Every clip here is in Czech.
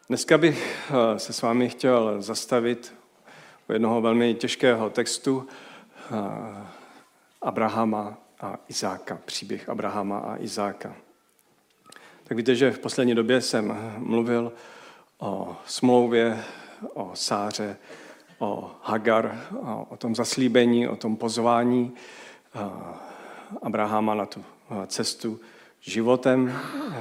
Dneska bych se s vámi chtěl zastavit u jednoho velmi těžkého textu Abrahama a Izáka, příběh Abrahama a Izáka. Tak víte, že v poslední době jsem mluvil o smlouvě, o Sáře, o Hagar, o tom zaslíbení, o tom pozvání Abrahama na tu cestu životem.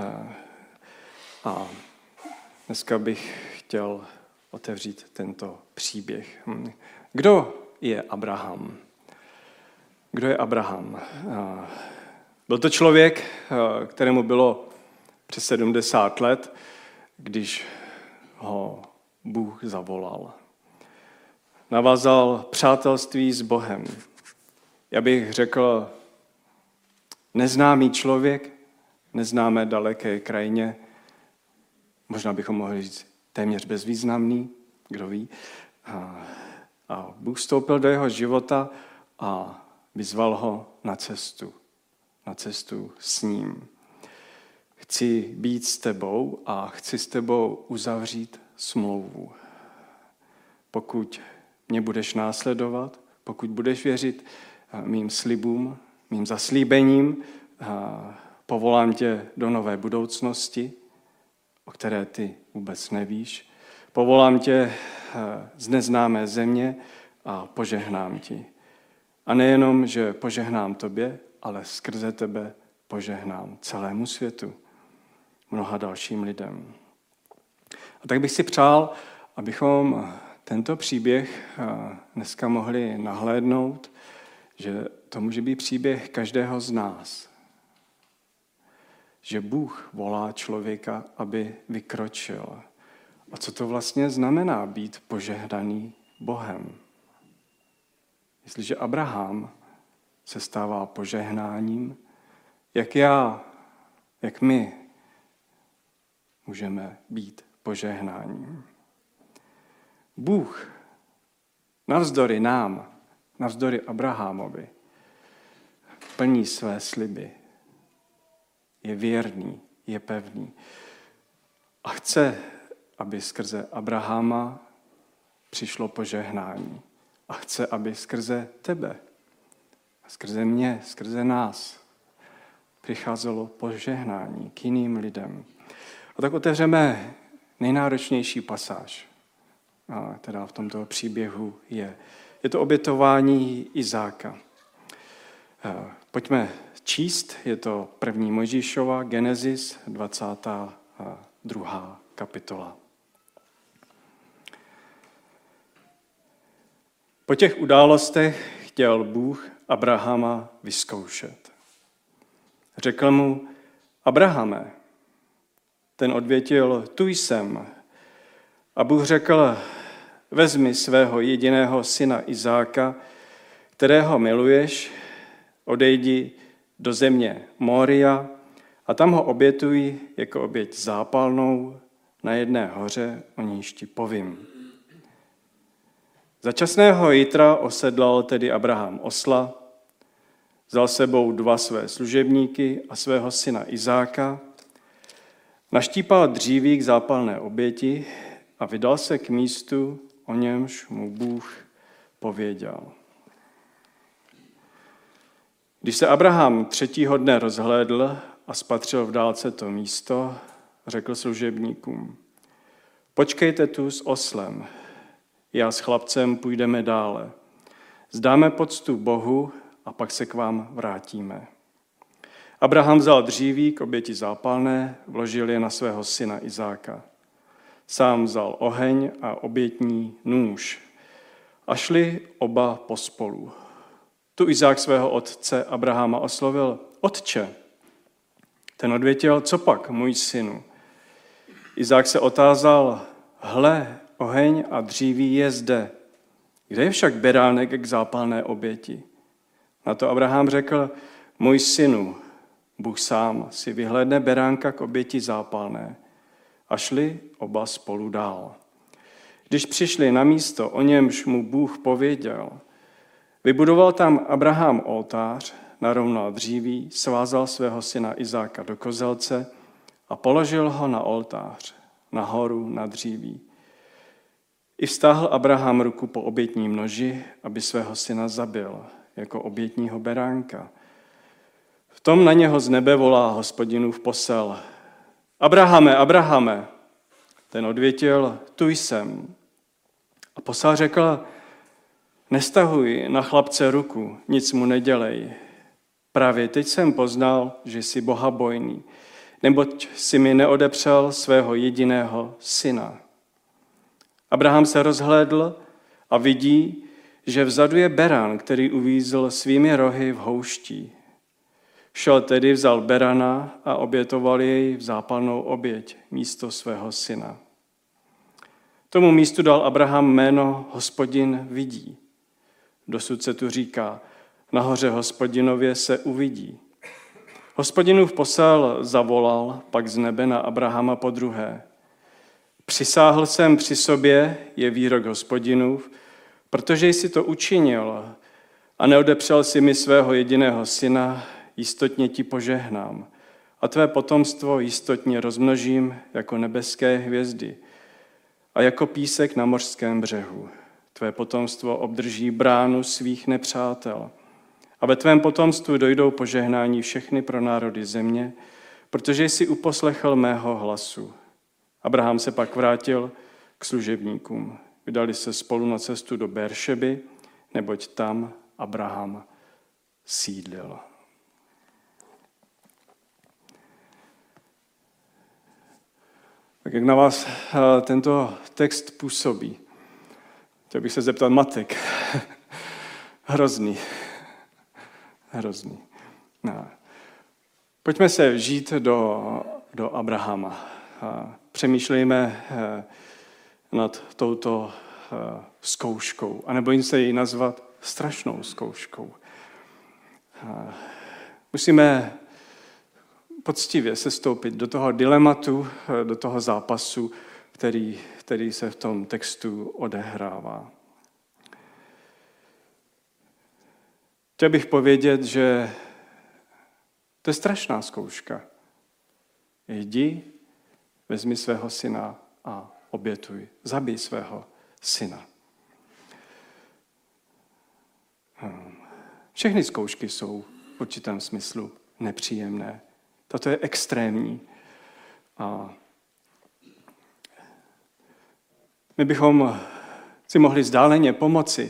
A dneska bych chtěl otevřít tento příběh. Kdo je Abraham? Kdo je Abraham? Byl to člověk, kterému bylo přes 70 let, když ho Bůh zavolal. Navázal přátelství s Bohem. Já bych řekl, neznámý člověk, neznámé daleké krajině, možná bychom mohli říct téměř bezvýznamný, kdo ví. A Bůh vstoupil do jeho života a vyzval ho na cestu s ním. Chci být s tebou a chci s tebou uzavřít smlouvu. Pokud mě budeš následovat, pokud budeš věřit mým slibům, mým zaslíbením, povolám tě do nové budoucnosti, o které ty vůbec nevíš. Povolám tě z neznámé země a požehnám ti. A nejenom, že požehnám tobě, ale skrze tebe požehnám celému světu, mnoha dalším lidem. A tak bych si přál, abychom tento příběh dneska mohli nahlédnout, že to může být příběh každého z nás. Že Bůh volá člověka, aby vykročil. A co to vlastně znamená být požehnaný Bohem? Jestliže Abraham se stává požehnáním, jak my můžeme být požehnáním? Bůh navzdory nám, navzdory Abrahamovi, plní své sliby. Je věrný, je pevný. A chce, aby skrze Abrahama přišlo požehnání. A chce, aby skrze tebe, skrze mě, skrze nás přicházelo požehnání k jiným lidem. A tak otevřeme nejnáročnější pasáž, která v tomto příběhu je. Je to obětování Izáka. Pojďme číst, je to 1. Mojžíšova, Genesis, 22. kapitola. Po těch událostech chtěl Bůh Abrahama vyzkoušet. Řekl mu, Abrahame, ten odvětil, tu jsem. A Bůh řekl, vezmi svého jediného syna Izáka, kterého miluješ, odejdi do země Moria a tam ho obětuj jako oběť zápalnou na jedné hoře, o níž ti povím. Za časného jitra osedlal tedy Abraham osla, vzal sebou 2 své služebníky a svého syna Izáka, naštípal dříví k zápalné oběti a vydal se k místu, o němž mu Bůh pověděl. Když se Abraham 3. dne rozhlédl a spatřil v dálce to místo, řekl služebníkům, počkejte tu s oslem, já s chlapcem půjdeme dále. Zdáme poctu Bohu a pak se k vám vrátíme. Abraham vzal dříví k oběti zápalné, vložil je na svého syna Izáka. Sám vzal oheň a obětní nůž a šli oba pospolu. Tu Izák svého otce Abrahama oslovil, otče. Ten odvětil, co pak, můj synu? Izák se otázal, hle, oheň a dříví je zde. Kde je však beránek k zápalné oběti? Na to Abraham řekl, můj synu, Bůh sám si vyhlédne beránka k oběti zápalné. A šli oba spolu dál. Když přišli na místo, o němž mu Bůh pověděl, vybudoval tam Abraham oltář, narovnal dříví, svázal svého syna Izáka do kozelce a položil ho na oltář. nahoru na dříví. I vztáhl Abraham ruku po obětním noži, aby svého syna zabil, jako obětního beránka. V tom na něho z nebe volá Hospodinův posel. Abrahame, Abrahame! Ten odvětil, tu jsem. A posel řekl, nestahuj na chlapce ruku, nic mu nedělej. Právě teď jsem poznal, že jsi bohabojný, neboť si mi neodepřel svého jediného syna. Abraham se rozhlédl a vidí, že vzadu je beran, který uvízl svými rohy v houští. Šel tedy, vzal berana a obětoval jej v zápalnou oběť místo svého syna. Tomu místu dal Abraham jméno Hospodin vidí. Dosud se tu říká, nahoře Hospodinově se uvidí. Hospodinův posel zavolal pak z nebe na Abrahama podruhé. Přisáhl jsem při sobě, je výrok Hospodinův, protože jsi to učinil a neodepřel si mi svého jediného syna, jistotně ti požehnám a tvé potomstvo jistotně rozmnožím jako nebeské hvězdy a jako písek na mořském břehu. Tvé potomstvo obdrží bránu svých nepřátel a ve tvém potomstvu dojdou požehnání všechny pro národy země, protože jsi uposlechl mého hlasu. Abraham se pak vrátil k služebníkům. Vydali se spolu na cestu do Beršeby, neboť tam Abraham sídlil. Tak jak na vás tento text působí? Chtěl bych se zeptat matek. Hrozný. No. Pojďme se vžít do Abrahama. Přemýšlejme nad touto zkouškou, a nebojím se ji nazvat strašnou zkouškou. Musíme poctivě sestoupit do toho dilematu, do toho zápasu, který se v tom textu odehrává. Chtěl bych povědět, že to je strašná zkouška. Jdi, vezmi svého syna a obětuj. Zabij svého syna. Všechny zkoušky jsou v určitém smyslu nepříjemné. Tato je extrémní. A my bychom si mohli vzdáleně pomoci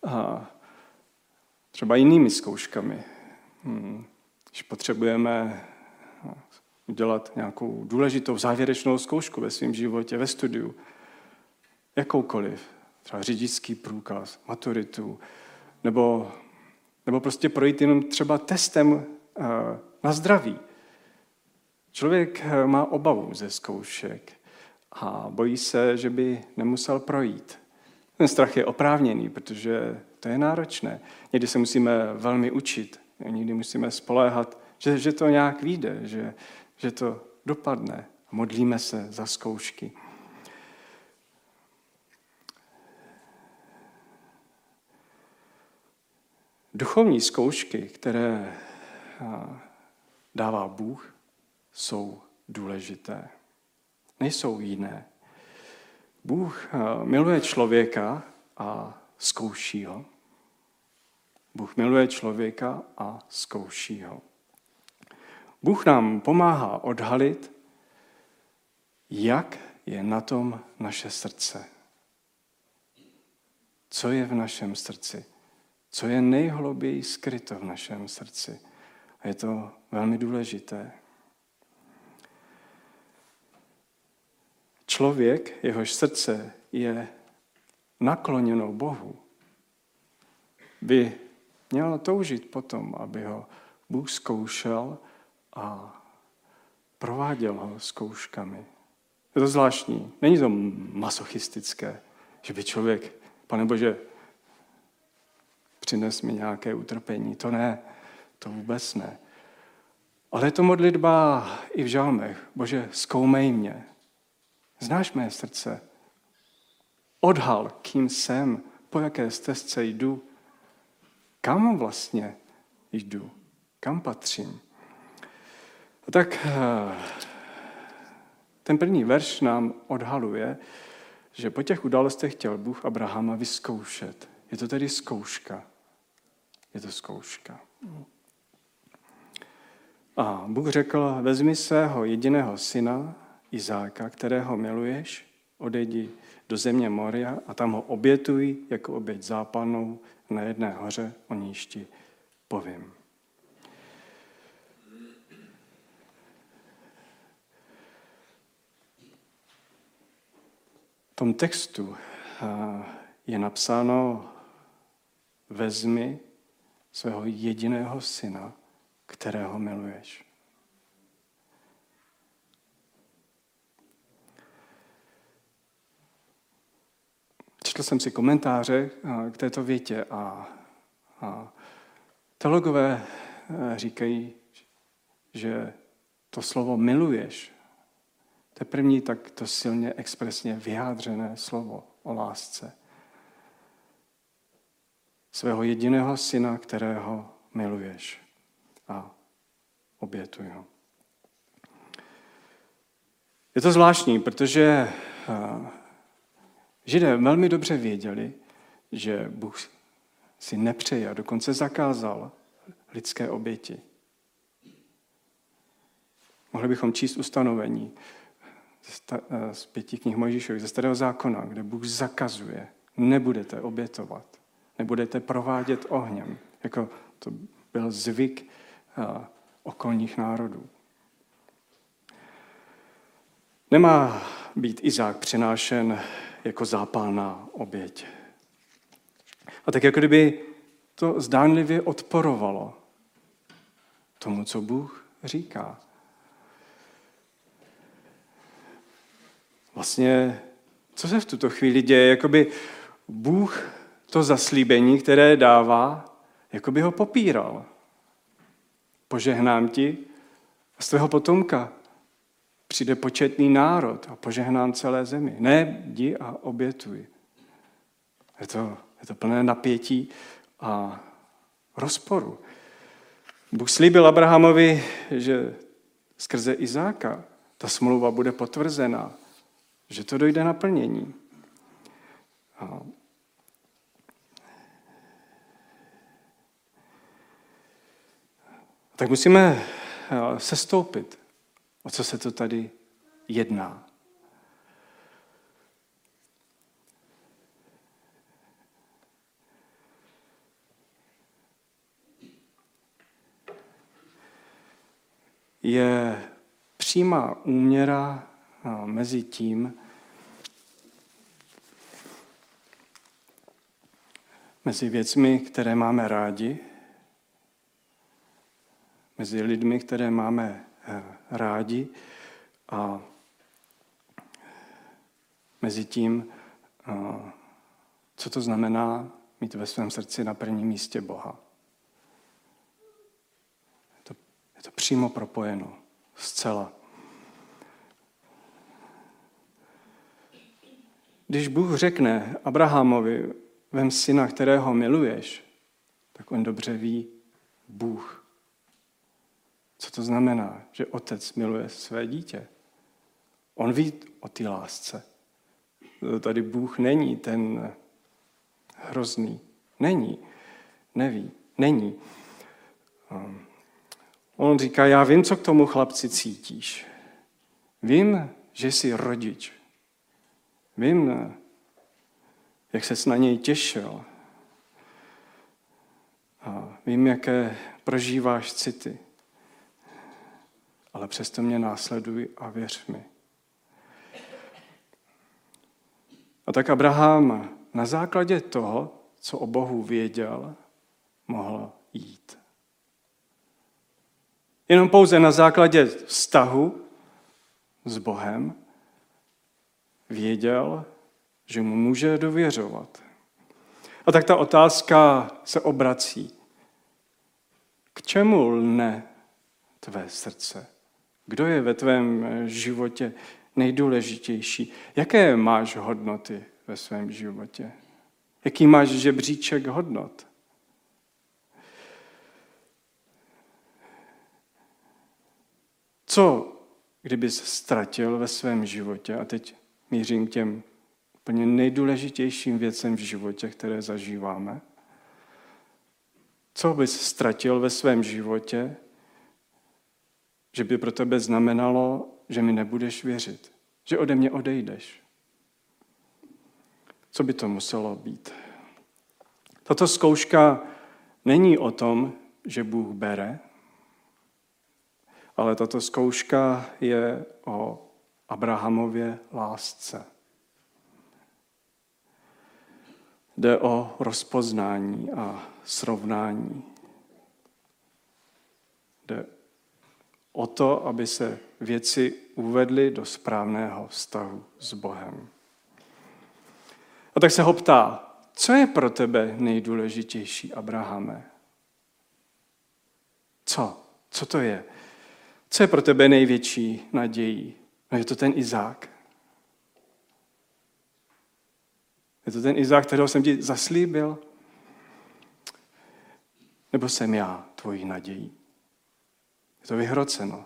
třeba jinými zkouškami. Když potřebujeme udělat nějakou důležitou závěrečnou zkoušku ve svém životě, ve studiu, jakoukoliv, třeba řidičský průkaz, maturitu, nebo prostě projít jenom třeba testem na zdraví. Člověk má obavu ze zkoušek a bojí se, že by nemusel projít. Ten strach je oprávněný, protože to je náročné. Někdy se musíme velmi učit, někdy musíme spoléhat, že to nějak vyjde, že to dopadne. Modlíme se za zkoušky. Duchovní zkoušky, které dává Bůh, jsou důležité. Nejsou jiné. Bůh miluje člověka a zkouší ho. Bůh miluje člověka a zkouší ho. Bůh nám pomáhá odhalit, jak je na tom naše srdce. Co je v našem srdci? Co je nejhlouběji skryto v našem srdci? A je to velmi důležité. Člověk, jehož srdce je nakloněno Bohu, by měl toužit potom, aby ho Bůh zkoušel a prováděl ho zkouškami. Je to zvláštní. Není to masochistické, že by člověk, Pane Bože, přines mi nějaké utrpení. To ne, to vůbec ne. Ale je to modlitba i v žalmech. Bože, zkoumej mě. Znáš mé srdce. Odhal, kým jsem, po jaké stezce jdu, kam vlastně jdu, kam patřím. A tak Ten první verš nám odhaluje, že po těch událostech chtěl Bůh Abrahama vyzkoušet. Je to tedy zkouška. Je to zkouška. A Bůh řekl, vezmi svého jediného syna, Izáka, kterého miluješ, odejdi do země Moria a tam ho obětuj jako oběť zápalnou na jedné hoře, o níž ti povím. V tom textu je napsáno, vezmi svého jediného syna, kterého miluješ. Četl jsem si komentáře k této větě a teologové říkají, že to slovo miluješ, to je první takto silně expresně vyjádřené slovo o lásce. Svého jediného syna, kterého miluješ a obětuj ho. Je to zvláštní, protože Židé velmi dobře věděli, že Bůh si nepřeje a dokonce zakázal lidské oběti. Mohli bychom číst ustanovení z 5 knih Mojžíšových, ze Starého zákona, kde Bůh zakazuje, nebudete obětovat, nebudete provádět ohněm, jako to byl zvyk okolních národů. Nemá být Izák přinášen jako zápalná oběť. A tak jako kdyby to zdánlivě odporovalo tomu, co Bůh říká. Vlastně, co se v tuto chvíli děje? Jakoby Bůh to zaslíbení, které dává, jakoby ho popíral. Požehnám ti a z tvého potomka přijde početný národ a požehnám celé zemi. Ne, jdi a obětuj. Je to plné napětí a rozporu. Bůh slíbil Abrahamovi, že skrze Izáka ta smlouva bude potvrzena, že to dojde naplnění. Tak musíme sestoupit, o co se to tady jedná. Je přímá úměra mezi tím, mezi věcmi, které máme rádi, mezi lidmi, které máme rádi a mezi tím, co to znamená mít ve svém srdci na prvním místě Boha. Je to přímo propojeno, zcela. Když Bůh řekne Abrahamovi, vem syna, kterého miluješ, tak on dobře ví Bůh. Co to znamená, že otec miluje své dítě? On ví o té lásce. Tady Bůh není ten hrozný. Neví. On říká, já vím, co k tomu chlapci cítíš. Vím, že jsi rodič. Vím, jak ses na něj těšil. A vím, jaké prožíváš city. Ale přesto mě následuj a věř mi. A tak Abraham na základě toho, co o Bohu věděl, mohl jít. Jenom pouze na základě vztahu s Bohem věděl, že mu může dověřovat. A tak ta otázka se obrací. K čemu lne tvé srdce? Kdo je ve tvém životě nejdůležitější? Jaké máš hodnoty ve svém životě? Jaký máš žebříček hodnot? Co, kdybys ztratil ve svém životě, a teď mířím k těm úplně nejdůležitějším věcem v životě, které zažíváme, co bys ztratil ve svém životě, že by pro tebe znamenalo, že mi nebudeš věřit, že ode mě odejdeš? Co by to muselo být? Tato zkouška není o tom, že Bůh bere, ale tato zkouška je o Abrahamově lásce. Jde o rozpoznání a srovnání. Jde o to, aby se věci uvedly do správného vztahu s Bohem. A tak se ho ptá, co je pro tebe nejdůležitější, Abrahame? Co? Co to je? Co je pro tebe největší nadějí? No je to ten Izák. Je to ten Izák, kterého jsem ti zaslíbil? Nebo jsem já tvojí nadějí? Je to vyhroceno.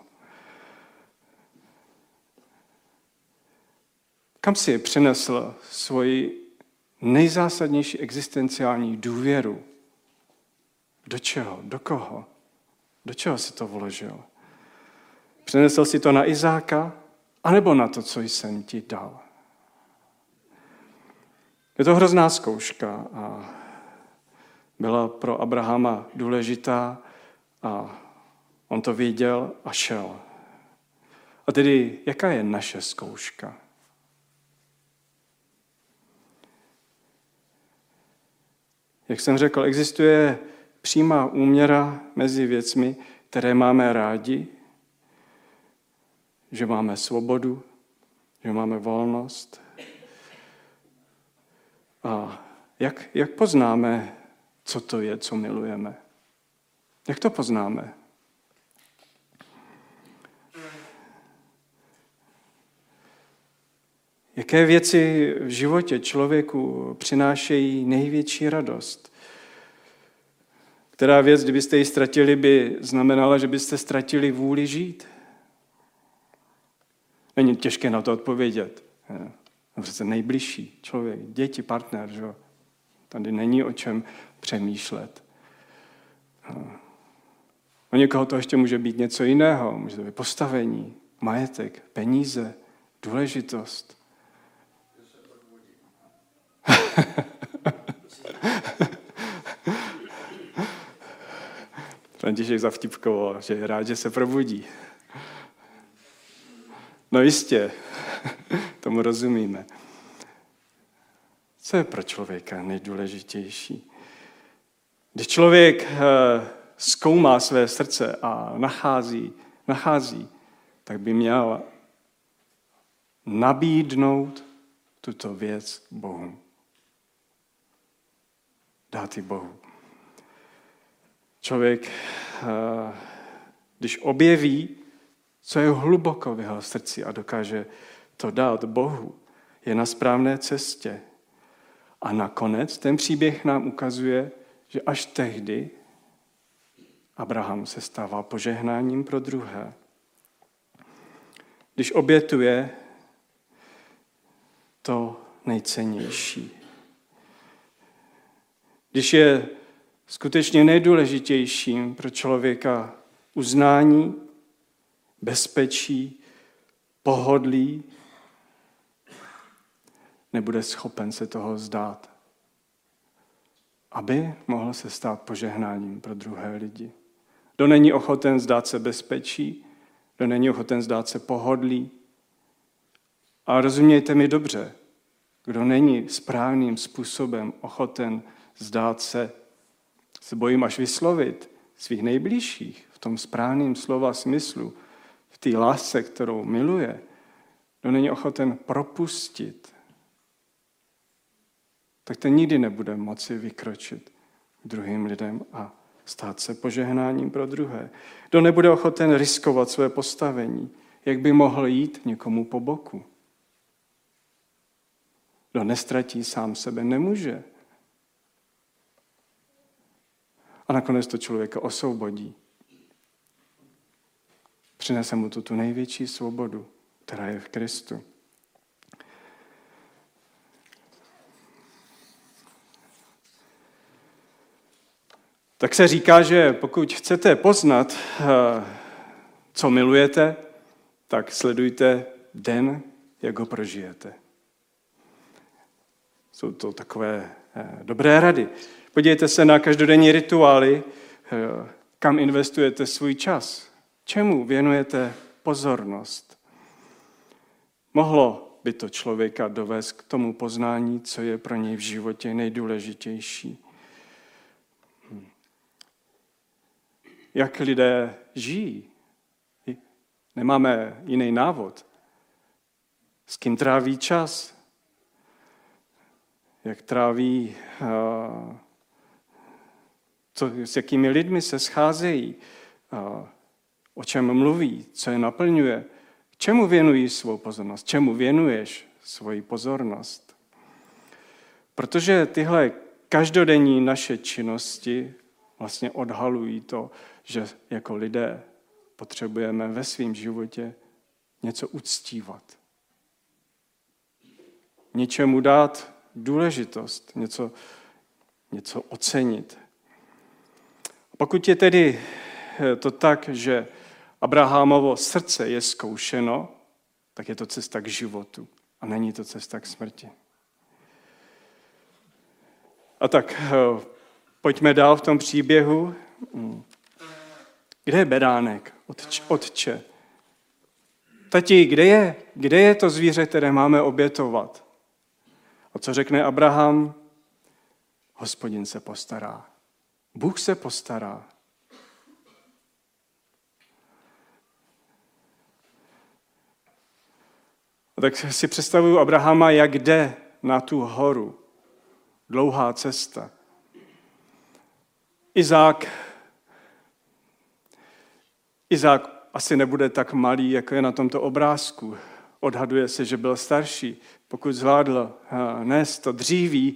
Kam jsi přinesl svoji nejzásadnější existenciální důvěru? Do čeho? Do koho? Do čeho jsi to vložil? Přinesl jsi to na Izáka, anebo na to, co jsem ti dal? Je to hrozná zkouška a byla pro Abrahama důležitá a on to věděl a šel. A tedy, jaká je naše zkouška? Jak jsem řekl, existuje přímá úměra mezi věcmi, které máme rádi, že máme svobodu, že máme volnost. A jak poznáme, co to je, co milujeme? Jak to poznáme? Jaké věci v životě člověku přinášejí největší radost? Která věc, kdybyste ji ztratili, by znamenala, že byste ztratili vůli žít? Není těžké na to odpovědět. Přece nejbližší člověk, děti, partner, že? Tady není o čem přemýšlet. O někoho to ještě může být něco jiného. Může to být postavení, majetek, peníze, důležitost. František zavtipkoval, že je rád, že se probudí. No jistě, tomu rozumíme. Co je pro člověka nejdůležitější? Když člověk zkoumá své srdce a nachází, tak by měl nabídnout tuto věc Bohu. Dát ji Bohu. Člověk, když objeví, co je hluboko v jeho srdci a dokáže to dát Bohu, je na správné cestě. A nakonec ten příběh nám ukazuje, že až tehdy Abraham se stává požehnáním pro druhé. Když obětuje to nejcennější. Když je skutečně nejdůležitějším pro člověka uznání, bezpečí, pohodlí, nebude schopen se toho vzdát, aby mohl se stát požehnáním pro druhé lidi. Kdo není ochoten vzdát se bezpečí, kdo není ochoten vzdát se pohodlí. A rozumějte mi dobře, kdo není správným způsobem ochoten vzdát se bojím až vyslovit, svých nejbližších, v tom správném slova smyslu, v té lásce, kterou miluje, kdo není ochoten propustit, tak ten nikdy nebude moci vykročit k druhým lidem a stát se požehnáním pro druhé. Kdo nebude ochoten riskovat své postavení, jak by mohl jít někomu po boku. Kdo nestratí sám sebe, nemůže. A nakonec to člověka osvobodí. Přinese mu tu největší svobodu, která je v Kristu. Tak se říká, že pokud chcete poznat, co milujete, tak sledujte den, jak ho prožijete. Jsou to takové dobré rady. Podívejte se na každodenní rituály, kam investujete svůj čas, čemu věnujete pozornost. Mohlo by to člověka dovést k tomu poznání, co je pro něj v životě nejdůležitější. Jak lidé žijí. Nemáme jiný návod. S kým tráví čas. Jak tráví, s jakými lidmi se scházejí, o čem mluví, co je naplňuje. Čemu věnují svou pozornost? Čemu věnuješ svoji pozornost? Protože tyhle každodenní naše činnosti vlastně odhalují to, že jako lidé potřebujeme ve svém životě něco uctívat. Něčemu dát důležitost, něco ocenit. Pokud je tedy to tak, že Abrahamovo srdce je zkoušeno, tak je to cesta k životu a není to cesta k smrti. A tak pojďme dál v tom příběhu. Kde je beránek, otče? Tati, kde je to zvíře, které máme obětovat? A co řekne Abraham? Hospodin se postará. Bůh se postará. A tak si představuju Abrahama, jak jde na tu horu. Dlouhá cesta. Izák asi nebude tak malý, jako je na tomto obrázku. Odhaduje se, že byl starší. Pokud zvládl nést to dříví,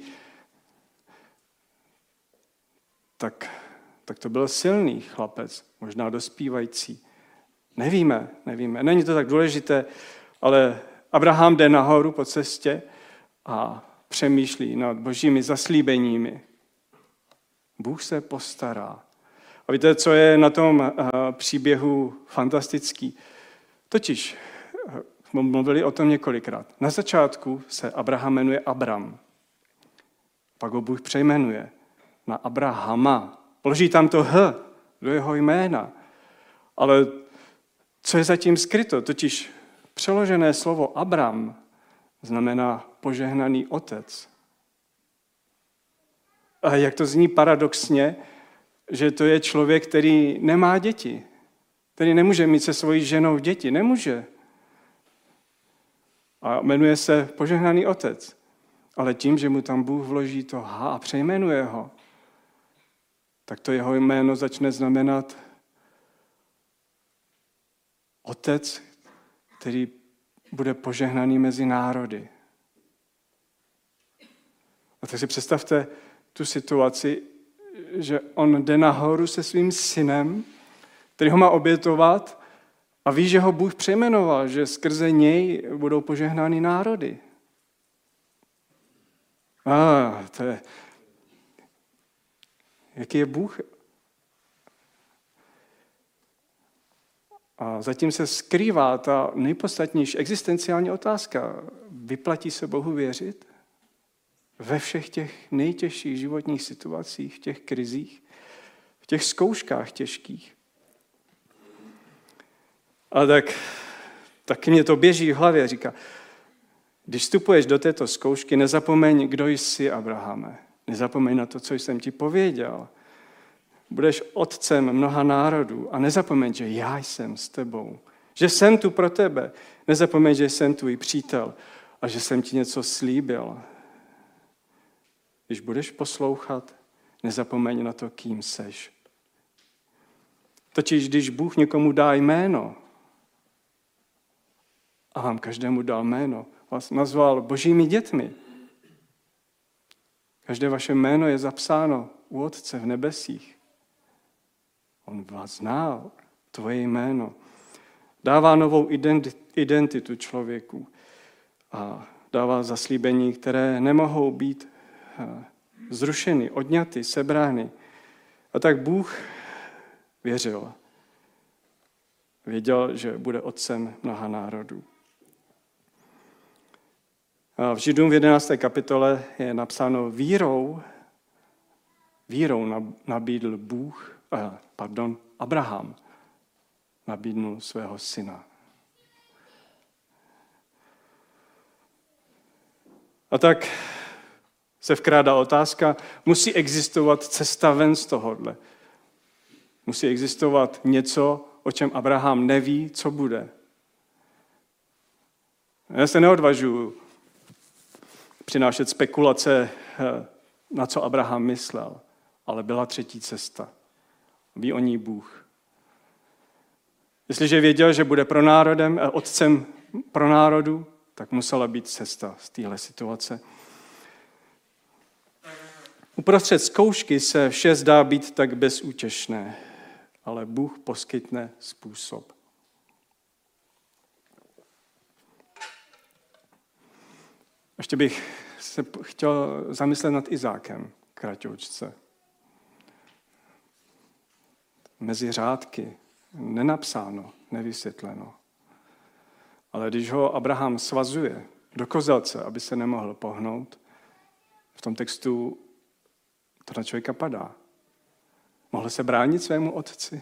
tak to byl silný chlapec, možná dospívající. Nevíme. Není to tak důležité, ale Abraham jde nahoru po cestě a přemýšlí nad božími zaslíbeními. Bůh se postará. A víte, co je na tom příběhu fantastický? Totiž, jsme mluvili o tom několikrát. Na začátku se Abraham jmenuje Abram. Pak ho Bůh přejmenuje na Abrahama. Položí tam to H do jeho jména. Ale co je zatím skryto? Totiž přeložené slovo Abram znamená požehnaný otec. A jak to zní paradoxně, že to je člověk, který nemá děti, který nemůže mít se svojí ženou děti, nemůže. A jmenuje se požehnaný otec. Ale tím, že mu tam Bůh vloží to H a přejmenuje ho, tak to jeho jméno začne znamenat otec, který bude požehnaný mezi národy. A tak si představte tu situaci, že on jde nahoru se svým synem, který ho má obětovat a ví, že ho Bůh přejmenoval, že skrze něj budou požehnány národy. To je... Jaký je Bůh? A zatím se skrývá ta nejpodstatnější existenciální otázka. Vyplatí se Bohu věřit? Ve všech těch nejtěžších životních situacích, v těch krizích, v těch zkouškách těžkých. A taky mě to běží v hlavě, říká, když vstupuješ do této zkoušky, nezapomeň, kdo jsi, Abrahame. Nezapomeň na to, co jsem ti pověděl. Budeš otcem mnoha národů a nezapomeň, že já jsem s tebou. Že jsem tu pro tebe. Nezapomeň, že jsem tvůj přítel a že jsem ti něco slíbil. Když budeš poslouchat, nezapomeň na to, kým seš. Totiž, když Bůh někomu dá jméno, a vám každému dal jméno, vás nazval božími dětmi. Každé vaše jméno je zapsáno u Otce v nebesích. On vás zná, tvoje jméno. Dává novou identitu člověku a dává zaslíbení, které nemohou být zrušeny, odňaty, sebrány. A tak Bůh věřil. Věděl, že bude otcem mnoha národů. A v Židům v 11. kapitole je napsáno vírou nabídl Abraham nabídnul svého syna. A tak se vkrádá otázka, musí existovat cesta ven z tohohle. Musí existovat něco, o čem Abraham neví, co bude. Já se neodvažuji přinášet spekulace, na co Abraham myslel, ale byla třetí cesta. Ví o ní Bůh. Jestliže věděl, že bude otcem pro národu, tak musela být cesta z téhle situace. Uprostřed zkoušky se vše zdá být tak bezútěšné, ale Bůh poskytne způsob. Ještě bych se chtěl zamyslet nad Izákem, kratoučce. Mezi řádky, nenapsáno, nevysvětleno. Ale když ho Abraham svazuje do kozelce, aby se nemohl pohnout, v tom textu to na člověka padá. Mohl se bránit svému otci?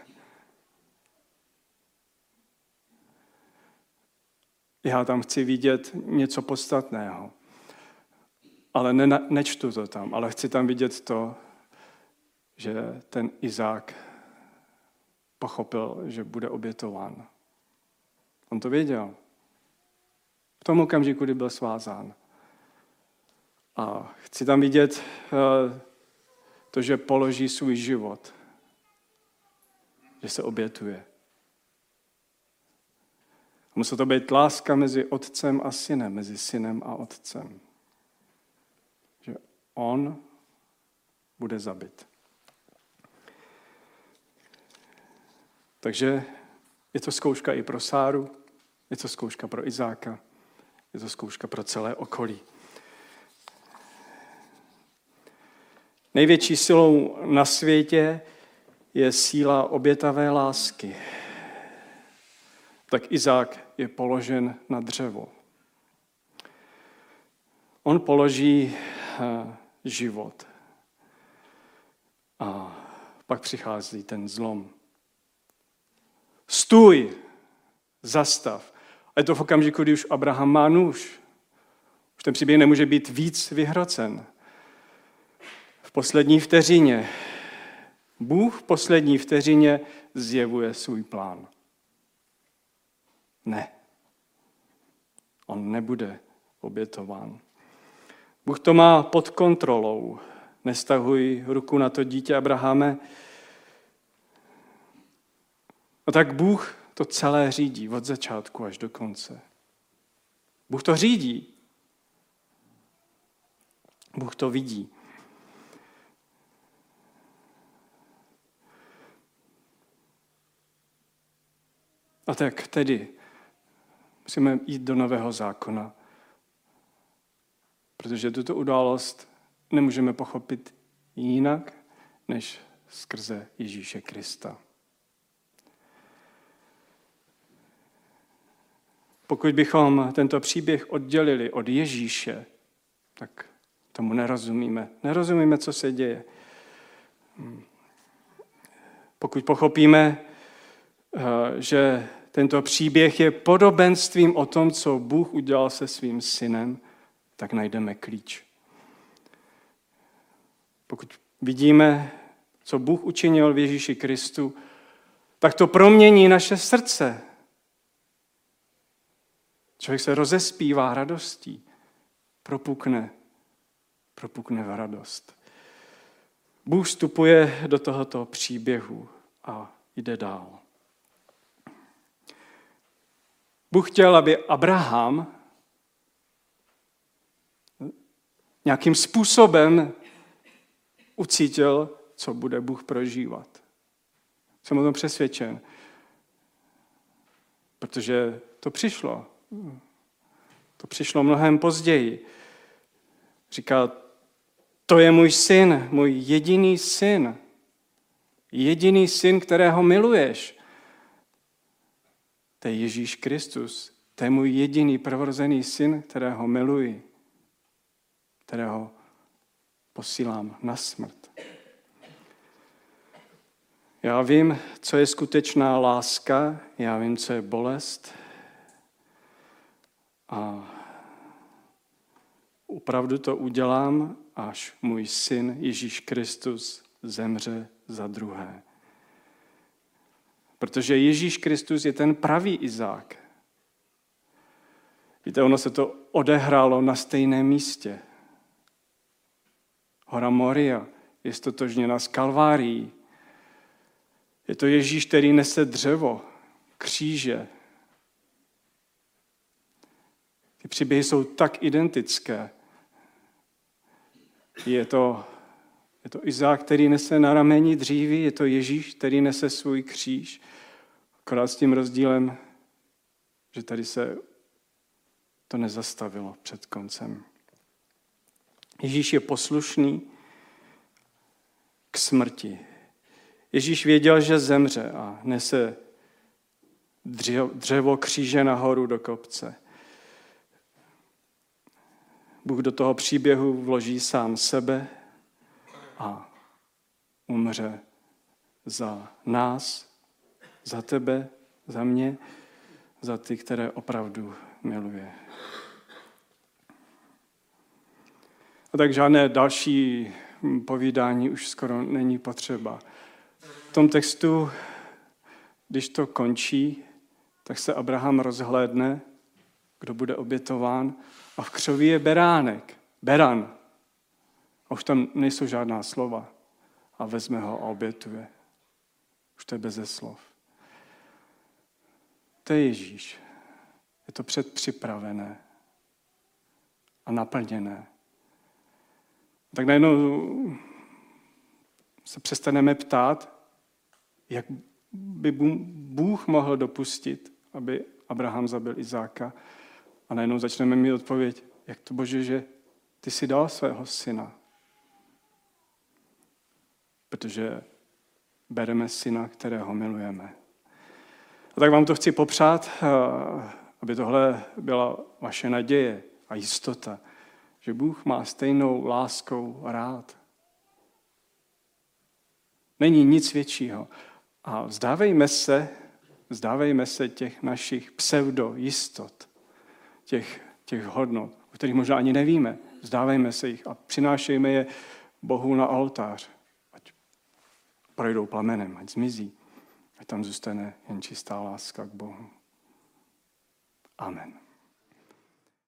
Já tam chci vidět něco podstatného. Ale nečtu to tam, ale chci tam vidět to, že ten Izák pochopil, že bude obětován. On to věděl. V tom okamžiku, kdy byl svázán. A chci tam vidět to, že položí svůj život. Že se obětuje. Musí to být láska mezi otcem a synem, mezi synem a otcem. Že on bude zabit. Takže je to zkouška i pro Sáru, je to zkouška pro Izáka, je to zkouška pro celé okolí. Největší silou na světě je síla obětavé lásky. Tak Izák je položen na dřevo. On položí život. A pak přichází ten zlom. Stůj, zastav. A je to v okamžiku, kdy už Abraham má nůž. Už ten příběh nemůže být víc vyhrocen. V poslední vteřině, Bůh v poslední vteřině zjevuje svůj plán. Ne. On nebude obětován. Bůh to má pod kontrolou. Nestahuj ruku na to dítě, Abrahame. A tak Bůh to celé řídí od začátku až do konce. Bůh to řídí. Bůh to vidí. A tak tedy musíme jít do Nového zákona, protože tuto událost nemůžeme pochopit jinak, než skrze Ježíše Krista. Pokud bychom tento příběh oddělili od Ježíše, tak tomu nerozumíme. Nerozumíme, co se děje. Pokud pochopíme, že tento příběh je podobenstvím o tom, co Bůh udělal se svým synem, tak najdeme klíč. Pokud vidíme, co Bůh učinil v Ježíši Kristu, tak to promění naše srdce. Člověk se rozespívá radostí, propukne v radost. Bůh vstupuje do tohoto příběhu a jde dál. Bůh chtěl, aby Abraham nějakým způsobem ucítil, co bude Bůh prožívat. Jsem o tom přesvědčen. protože to přišlo. To přišlo mnohem později. Říká, to je můj syn, můj jediný syn. Jediný syn, kterého miluješ. To je Ježíš Kristus. To je můj jediný prvorozený syn, kterého miluji. Kterého posílám na smrt. Já vím, co je skutečná láska, já vím, co je bolest. A opravdu to udělám, až můj syn Ježíš Kristus zemře za druhé. Protože Ježíš Kristus je ten pravý Izák. Víte, ono se to odehrálo na stejném místě. Hora Moria je stotožněna s Kalvárií. Je to Ježíš, který nese dřevo, kříže. Ty příběhy jsou tak identické. Je to Izák, který nese na rameni dříví, je to Ježíš, který nese svůj kříž. Akorát s tím rozdílem, že tady se to nezastavilo před koncem. Ježíš je poslušný k smrti. Ježíš věděl, že zemře a nese dřevo kříže nahoru do kopce. Bůh do toho příběhu vloží sám sebe a umře za nás, za tebe, za mě, za ty, které opravdu miluje. A tak žádné další povídání už skoro není potřeba. V tom textu, když to končí, tak se Abraham rozhlédne, kdo bude obětován, a v křoví je beránek, beran. A už tam nejsou žádná slova. A vezme ho a obětuje. Už to je beze slov. To je Ježíš. Je to předpřipravené a naplněné. Tak najednou se přestaneme ptát, jak by Bůh mohl dopustit, aby Abraham zabil Izáka. A najednou začneme mít odpověď, jak to Bože, že ty si dal svého syna. Protože bereme syna, kterého milujeme. A tak vám to chci popřát, aby tohle byla vaše naděje a jistota, že Bůh má stejnou láskou rád. Není nic většího. A vzdávejme se těch našich pseudo-jistot, těch hodnot, o kterých možná ani nevíme. Vzdávejme se jich a přinášejme je Bohu na oltář. Ať projdou plamenem, ať zmizí. Ať tam zůstane jen čistá láska k Bohu. Amen.